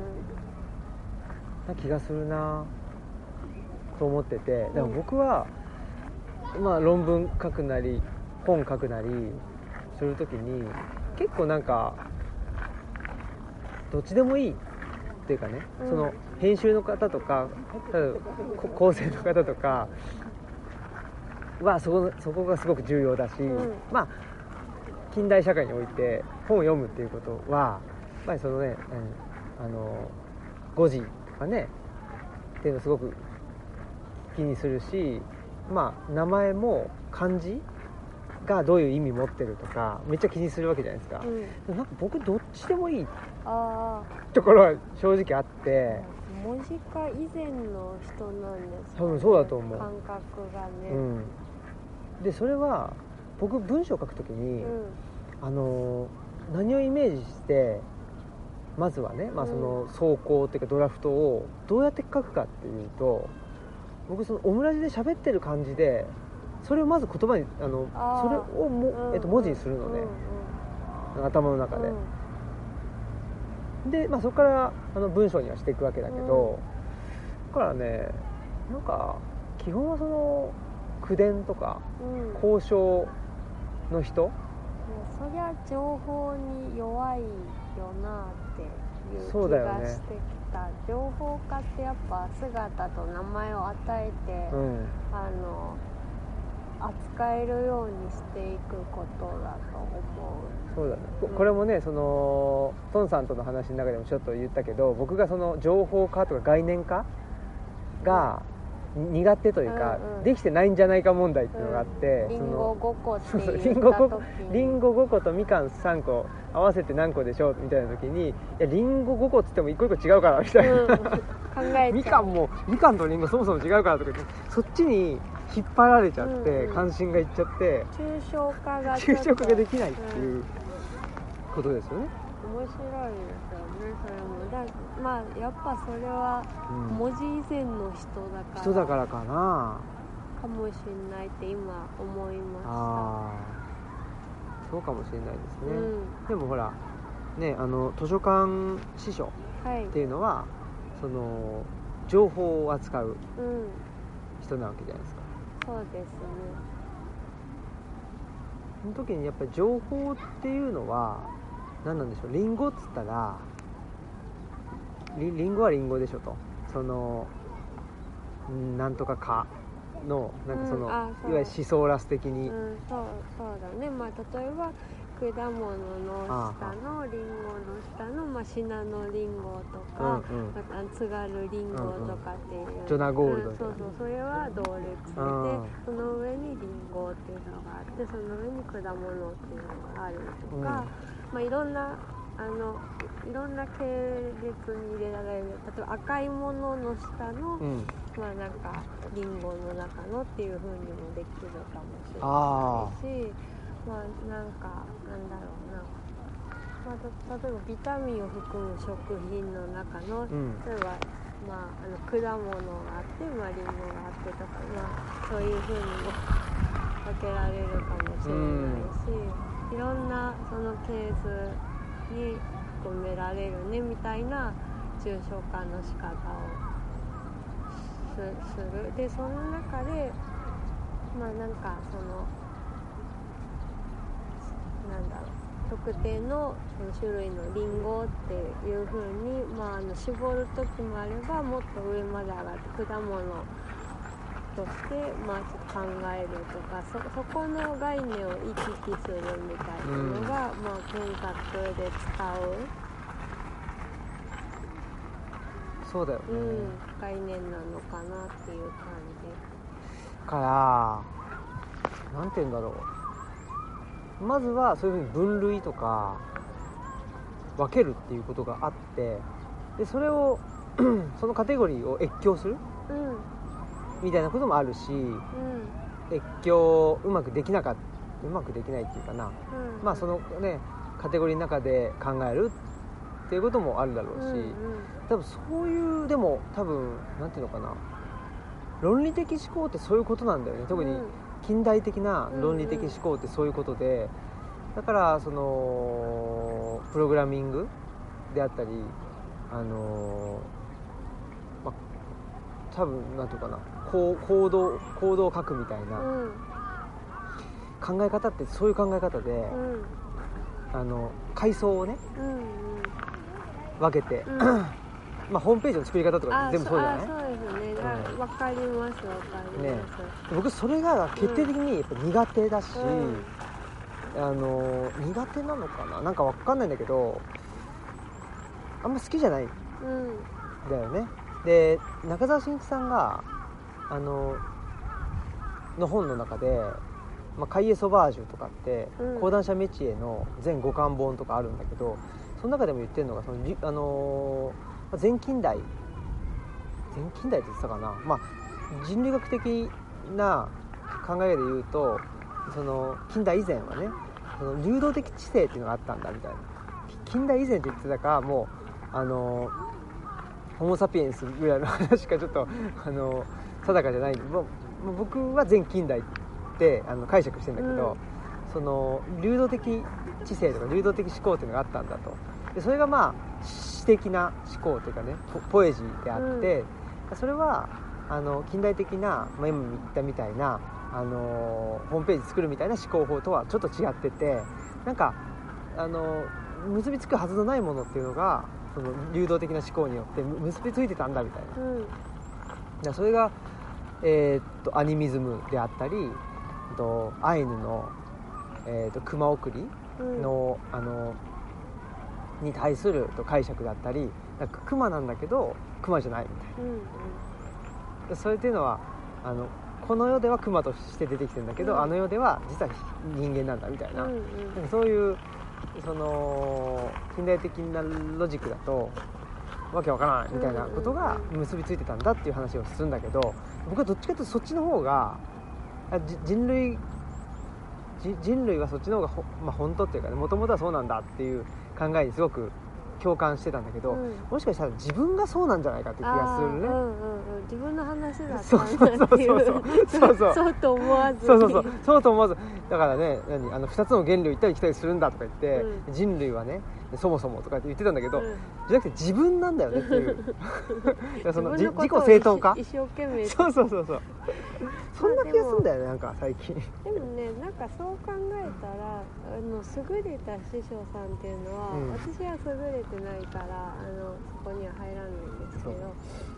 な気がするなと思ってて、だから僕は、まあ、論文書くなり本書くなりするときに結構なんかどっちでもいいっていうかね、その編集の方とか構成の方とかはそこがすごく重要だし、まあ近代社会において本を読むっていうことはやっぱりそのね、語字とかねっていうのをすごく気にするし、まあ名前も漢字がどういう意味持ってるとかめっちゃ気にするわけじゃないですか、なんか僕どっちでもいいところは正直あって、 文字化以前の人なんですかね、 多分そうだと思う、 感覚がね、 でそれは僕文章を書くときに、何をイメージしてまずはね、まあ、その草稿っていうかドラフトをどうやって書くかっていうと、僕そのオムラジで喋ってる感じでそれをまず言葉にそれを文字にするのね、頭の中で、で、まあ、そこから文章にはしていくわけだけど、だからねなんか基本はその口伝とか、交渉の人、 そりゃ情報に弱いよなっていう気そうだよね、 がしてきた。情報化ってやっぱ姿と名前を与えて、扱えるようにしていくことだと思う。 そうだね、これもねそのトンさんとの話の中でもちょっと言ったけど、僕がその情報化とか概念化が苦手というか、できてないんじゃないか問題っていうのがあって、 リンゴ5個って言った時にリンゴ5個とみかん3個合わせて何個でしょうみたいな時に、いやリンゴ5個っつっても1個1個違うからみたいな、考えみかんとリンゴそもそも違うからとかそっちに引っ張られちゃって、関心がいっちゃって抽象化ができないっていうことですよね。 面白いですよね、それも。まあやっぱそれは文字以前の人だからかなかもしれないって今思いました。 そうかもしれないですね、でもほらね、図書館司書っていうのは、その情報を扱う人なわけじゃないですか、 そうですね。 その時にやっぱり情報っていうのは何なんでしょう。リンゴっつったらリンゴはリンゴでしょと、そのなんとかかのなんかその、いわゆるシソーラス的に、 そうだね。まあ例えば果物の下のリンゴの下の、シナノリンゴとか、津軽リンゴとかっていう、 ジョナゴールド、 それは同列で、その上にリンゴっていうのがあって、その上に果物っていうのがあるとか、いろんな系列に入れられる。例えば赤いものの下の、なんかリンゴの中のっていう風にもできるかもしれないし、なんかなんだろうな、例えばビタミンを含む食品の中の、例えば果物があって、リンゴがあってとか、そういう風にも分けられるかもしれないし、いろんなそのケースに込められるねみたいな抽象化の仕方をする。でその中でなんかそのなんだろう、特定のその種類のリンゴっていう風に、絞る時もあれば、もっと上まで上がって果物としてまず考えるとか、そこの概念を行き来するみたいなのが、まあ、見学で使う、 そうだよね、 概念なのかなっていう感じからなんて言うんだろう、まずはそういうふうに分類とか分けるっていうことがあって、でそれをそのカテゴリーを越境する、みたいなこともあるし、越境うまくできないっていうかな、まあそのねカテゴリーの中で考えるっていうこともあるだろうし、多分そういうでも多分なんていうのかな、論理的思考ってそういうことなんだよね。特に近代的な論理的思考ってそういうことで、だからそのプログラミングであったり多分なんていうかな、行動を書くみたいな考え方ってそういう考え方で、階層をね、分けて、まあホームページの作り方とか全部そうじゃない？ そうですね、わかります、ね、 僕それが決定的にやっぱ苦手だし、苦手なのかな、なんかわかんないんだけどあんま好きじゃないんだよね。で中澤慎一さんがの本の中で、カイエ・ソバージュとかって、講談社メチエの全5巻本とかあるんだけど、その中でも言ってるのが前近代って言ってたかな、人類学的な考えで言うと、その近代以前はね、その流動的知性っていうのがあったんだみたいな。近代以前って言ってたか、もうホモサピエンスぐらいの話しかちょっと定かじゃないんで、僕は前近代って解釈してるんだけど、その流動的知性とか流動的思考っていうのがあったんだと。でそれが詩的な思考というかね、ポエジーであって、それは近代的な、今言ったみたいなホームページ作るみたいな思考法とはちょっと違ってて、なんか結びつくはずのないものっていうのがその流動的な思考によって結びついてたんだみたいな、それが、アニミズムであったり、アイヌの、熊送りの、に対する解釈だったり、熊なんだけど熊じゃないみたいな、それっていうのはこの世では熊として出てきてるんだけど、あの世では実は人間なんだみたいな、なんかそういうその近代的なロジックだとわけわからないみたいなことが結びついてたんだっていう話をするんだけど、僕はどっちかというとそっちの方が人類はそっちの方が本当っていうかね、もともとはそうなんだっていう考えにすごく共感してたんだけど、もしかしたら自分がそうなんじゃないかって気がするね。 自分の話だったんだっていうそうと思わずそうと思わず、だからね、2つの原理を行ったり来たりするんだとか言って、人類はねそもそもとかって言ってたんだけど、じゃなくて自分なんだよねっていうその自己正当化、 一生懸命そうそんな気がするんだよね、なんか最近。 でもね、なんかそう考えたら優れた師匠さんっていうのは、私は優れてないからそこには入らないんですけど、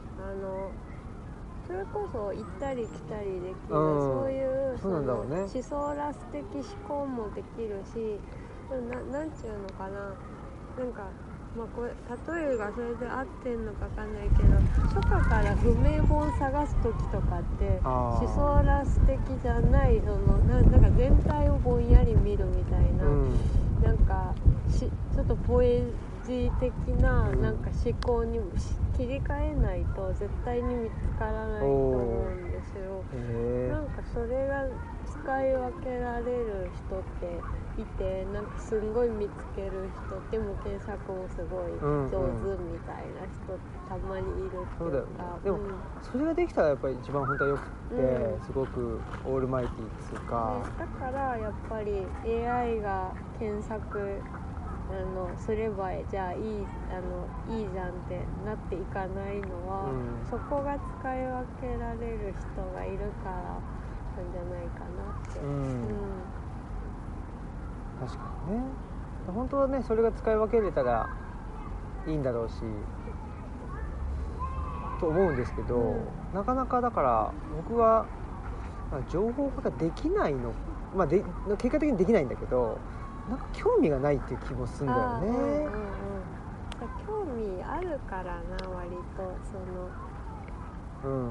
それこそ行ったり来たりできる、そういうそうなんだろうね、 思想ラス的思考もできるし、なんちゅうのかな、なんかこれ例えがそれで合ってんのか分かんないけど、初夏から不明本探す時とかって思想ラス的じゃない、なんか全体をぼんやり見るみたいな、なんかちょっとポエジー的ななんか思考に切り替えないと絶対に見つからないと思うんですよ。なんかそれが使い分けられる人っていて、なんかすんごい見つける人でも検索もすごい上手みたいな人たまにいるっていうか、 そうだよね。でも、それができたらやっぱり一番本当はよくって、すごくオールマイティーっていうか、 だからやっぱり AI が検索すればじゃあいいじゃんってなっていかないのは、そこが使い分けられる人がいるからなんじゃないかなって、 確かにね。本当はね、それが使い分けれたらいいんだろうし、 と思うんですけど、なかなかだから僕は、情報化ができないの、結果的にできないんだけど、なんか興味がないっていう気もするんだよね。 興味あるからな、割とその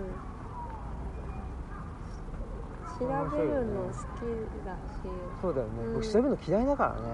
調べるの好きだし。そうだよね、 僕調べるの嫌いだからね。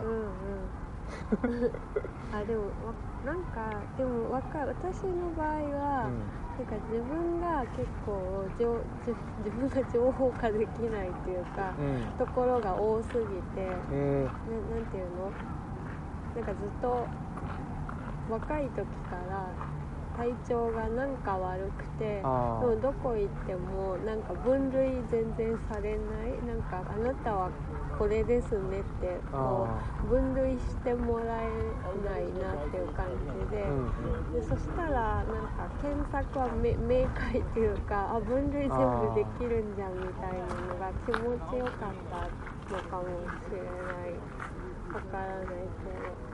でもなんかでも私の場合は、なんか自分が結構自分が情報化できないっていうか、ところが多すぎて、なんていうの、なんかずっと若い時から体調がなんか悪くて、でもどこ行ってもなんか分類全然されない、なんかあなたはこれですねってこう分類してもらえないなっていう感じで、そしたらなんか検索は明快っていうか、分類全部できるんじゃんみたいなのが気持ちよかったのかもしれない、わからないけど。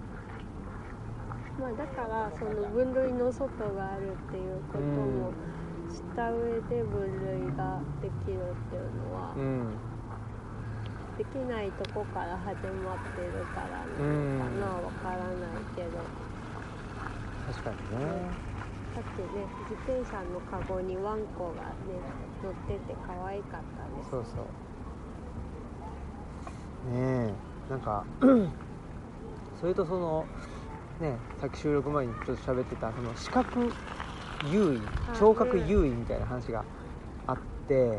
だからその分類の外があるっていうことも知った上で分類ができるっていうのは、できないとこから始まってるからなのかな、わからないけど。 確かにね。 さっきね、自転車のカゴにワンコがね乗ってて可愛かったです。 そうそうねえ、なんかそれとそのね、さっき収録前にちょっと喋ってたその視覚優位、聴覚優位みたいな話があって、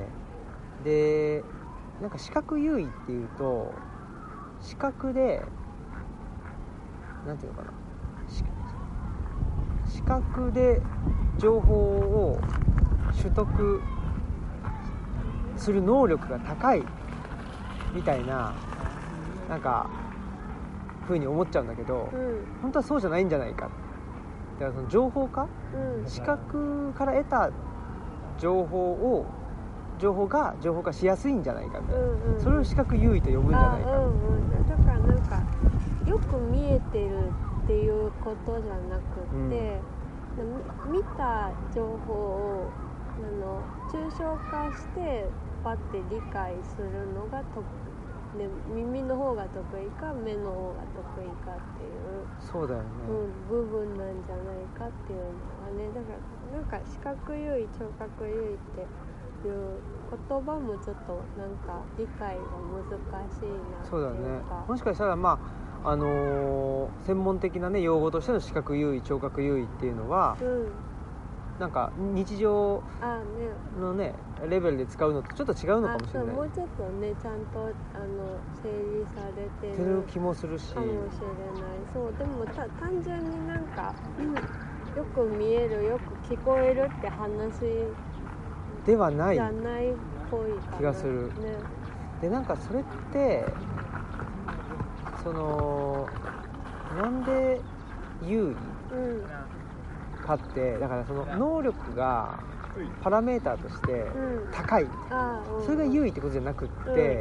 でなんか視覚優位っていうと、視覚でなんていうのかな、視覚で情報を取得する能力が高いみたいな、なんか風に思っちゃうんだけど、本当はそうじゃないんじゃないか。だからその情報化、視覚から得た情報が情報化しやすいんじゃないかみたいな、それを視覚優位と呼ぶんじゃないか。 だからなんかよく見えてるっていうことじゃなくて、見た情報を抽象化してパッて理解するのが耳の方が得意か目の方が得意かっていう、 そうだよね、 部分なんじゃないかっていうのはね。だからなんか視覚優位聴覚優位っていう言葉もちょっとなんか理解が難しいなっていうか。 そうだね、もしかしたら専門的なね用語としての視覚優位聴覚優位っていうのは、なんか日常のねレベルで使うのとちょっと違うのかもしれない。 もうちょっとねちゃんと整理されてる気もするし、 かもしれない。そうでも単純になんか、よく見えるよく聞こえるって話ではないじゃないっぽいかな気がする、ね。でなんかそれってなんで優位、かって、だからその能力がパラメーターとして高い、それが優位ってことじゃなくって、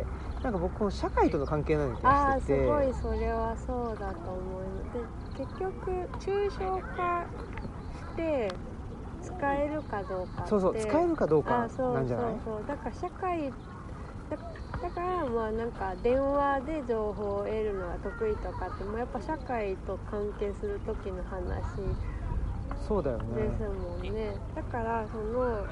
なんか僕この社会との関係なような気がしてて、 すごいそれはそうだと思う。で結局抽象化して使えるかどうかって、 使えるかどうかなんじゃない？ だから社会だからなんか電話で情報を得るのが得意とかってもやっぱ社会と関係する時の話そうだよねですもんね。だからその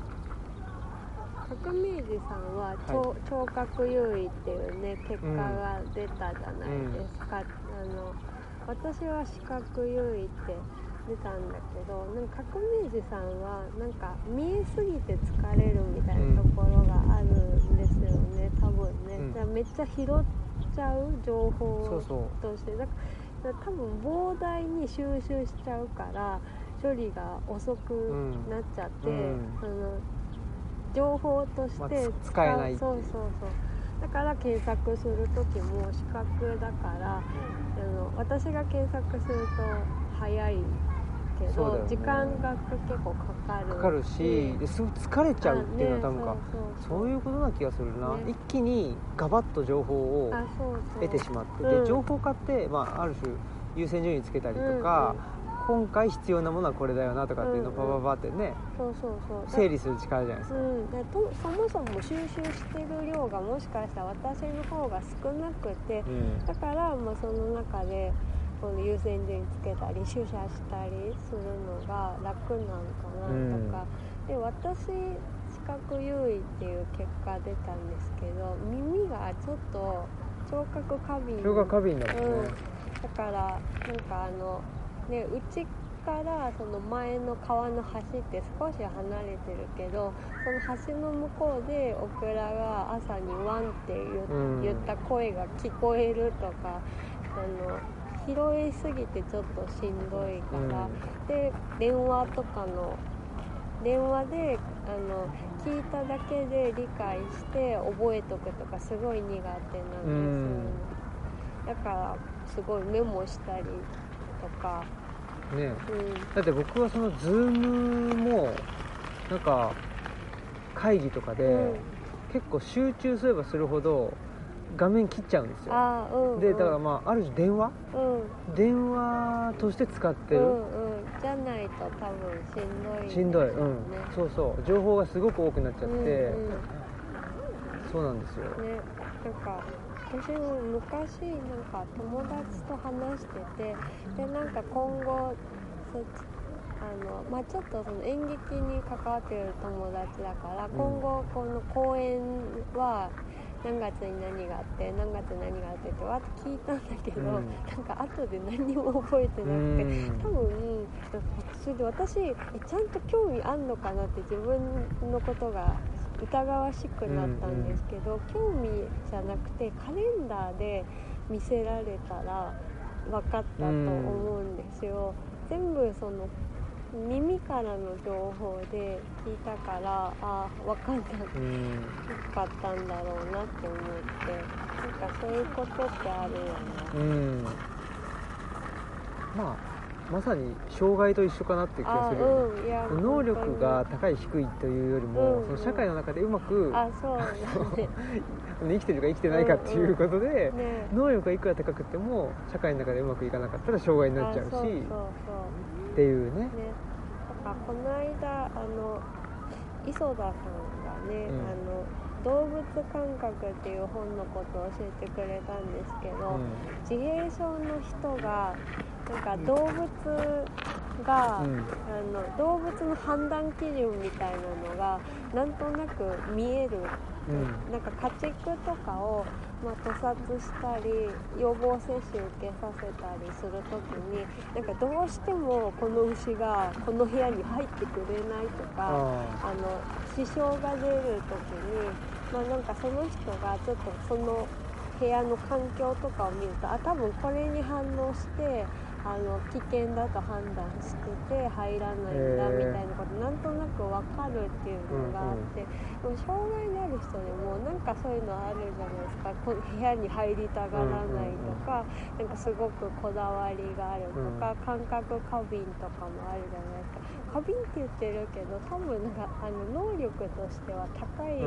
革命児さんは聴覚優位っていうね結果が出たじゃないですか。私は視覚優位って出たんだけど、なんか革命児さんはなんか見えすぎて疲れるみたいなところがあるんですよね、多分ね。だからめっちゃ拾っちゃう情報として、だから多分膨大に収集しちゃうから処理が遅くなっちゃって、情報として使えない。 そうだから検索する時も視覚だから、私が検索すると早いけど、時間が結構かかるし、 すぐ疲れちゃうっていうのは多分そういうことな気がするな、一気にガバッと情報を得てしまって、で情報化って、ある種優先順位つけたりとか、 今回必要なものはこれだよなとかっていうのをパパパってね、 そうそうそう整理する力じゃないですか。 そもそも収集してる量がもしかしたら私の方が少なくて、だからまあその中でこの優先順位つけたり取捨したりするのが楽なんかなとか、で私視覚優位っていう結果出たんですけど、耳がちょっと聴覚過敏だもんね、 だからなんかね、内からその前の川の橋って少し離れてるけど、その橋の向こうでオクラが朝にワンって言った声が聞こえるとか、拾いすぎてちょっとしんどいから、で電話で聞いただけで理解して覚えとくとかすごい苦手なんですよね。だからすごいメモしたりとかね、 だって僕はその Zoom もなんか会議とかで、結構集中すればするほど画面切っちゃうんですよ。でだからまあある種電話として使ってる、 じゃないと多分しんどい、そうそう情報がすごく多くなっちゃって、そうなんですよね。なんか私も昔なんか友達と話してて、でなんか今後ちょっとその演劇に関わってる友達だから、今後この公演は何月に何があって何月に何があってってわーっと聞いたんだけど、なんか後で何も覚えてなくて、多分それで私ちゃんと興味あんのかなって自分のことが疑わしくなったんですけど、興味じゃなくてカレンダーで見せられたら分かったと思うんですよ。全部その耳からの情報で聞いたから、分かんなかったんだろうなって思って、なんかそういうことってあるよね。 まさに障害と一緒かなっていう気がするよね。能力が高い低いというよりも、その社会の中でうまく生きてるか生きてないかっていうことで、能力がいくら高くても社会の中でうまくいかなかったら障害になっちゃうしっていうね。 だからこの間磯田さんがね、動物感覚っていう本のことを教えてくれたんですけど、自閉症の人がなんか動物が、動物の判断基準みたいなのがなんとなく見える、なんか家畜とかを、屠殺したり予防接種受けさせたりするときに、なんかどうしてもこの牛がこの部屋に入ってくれないとか、支障が出るときに、なんかその人がちょっとその部屋の環境とかを見ると、多分これに反応して危険だと判断してて入らないんだみたいなことなんとなく分かるっていうのがあって、でも障害のある人でもなんかそういうのあるじゃないですか。この部屋に入りたがらないとか、なんかすごくこだわりがあるとか、感覚過敏とかもあるじゃないですか。過敏って言ってるけど多分なんか能力としては高い、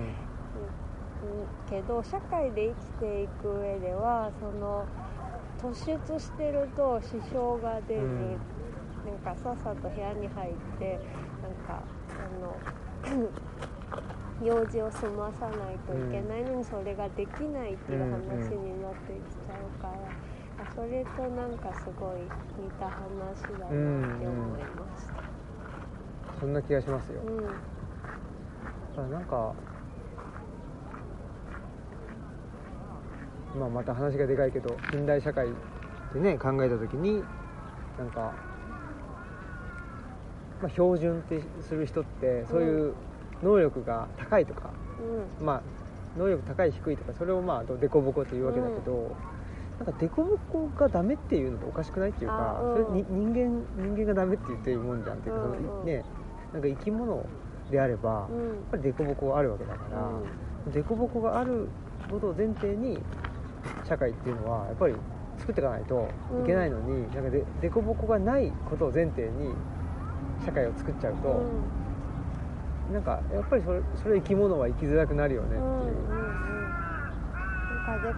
けど社会で生きていく上ではその突出してると支障が出る、なんかさっさと部屋に入ってなんか用事を済まさないといけないのにそれができないっていう話になってきちゃうから、それとなんかすごい似た話だなって思いました。 そんな気がしますよ。なんかまた話がでかいけど、近代社会でね考えた時になんか、標準ってする人ってそういう能力が高いとか、能力高い低いとかそれをデコボコというわけだけど、なんかデコボコがダメっていうのっておかしくないっていうか、それ人間がダメって言ってるもんじゃんっていうか、なんか生き物であれば、やっぱりデコボコがあるわけだから、デコボコがあることを前提に社会っていうのはやっぱり作っていかないといけないのに、なんかデコボコがないことを前提に社会を作っちゃうと、なんかやっぱりそれ生き物は生きづらくなるよねっていう、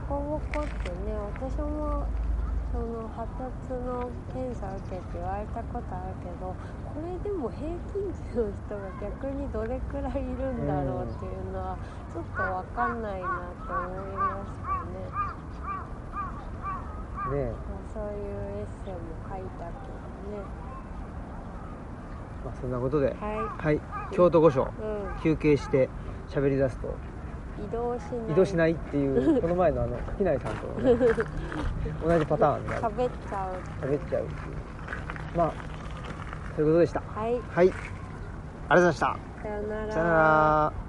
なんかデコボコってね、私もそその発達の検査受けって言われたことあるけど、これでも平均値の人が逆にどれくらいいるんだろうっていうのはちょっと分かんないなと思いましたね。 ねえ、 そういうエッセイも書いたけどね。 まあ、そんなことで、 はい、 京都御所、 うん、 休憩して喋り出すと移動しないっていうこの前の垣内さんと、ね、同じパターンになる。 喋っちゃうっていう、まあそういうことでした。 はい、 ありがとうございました。 さよなら。 さよなら。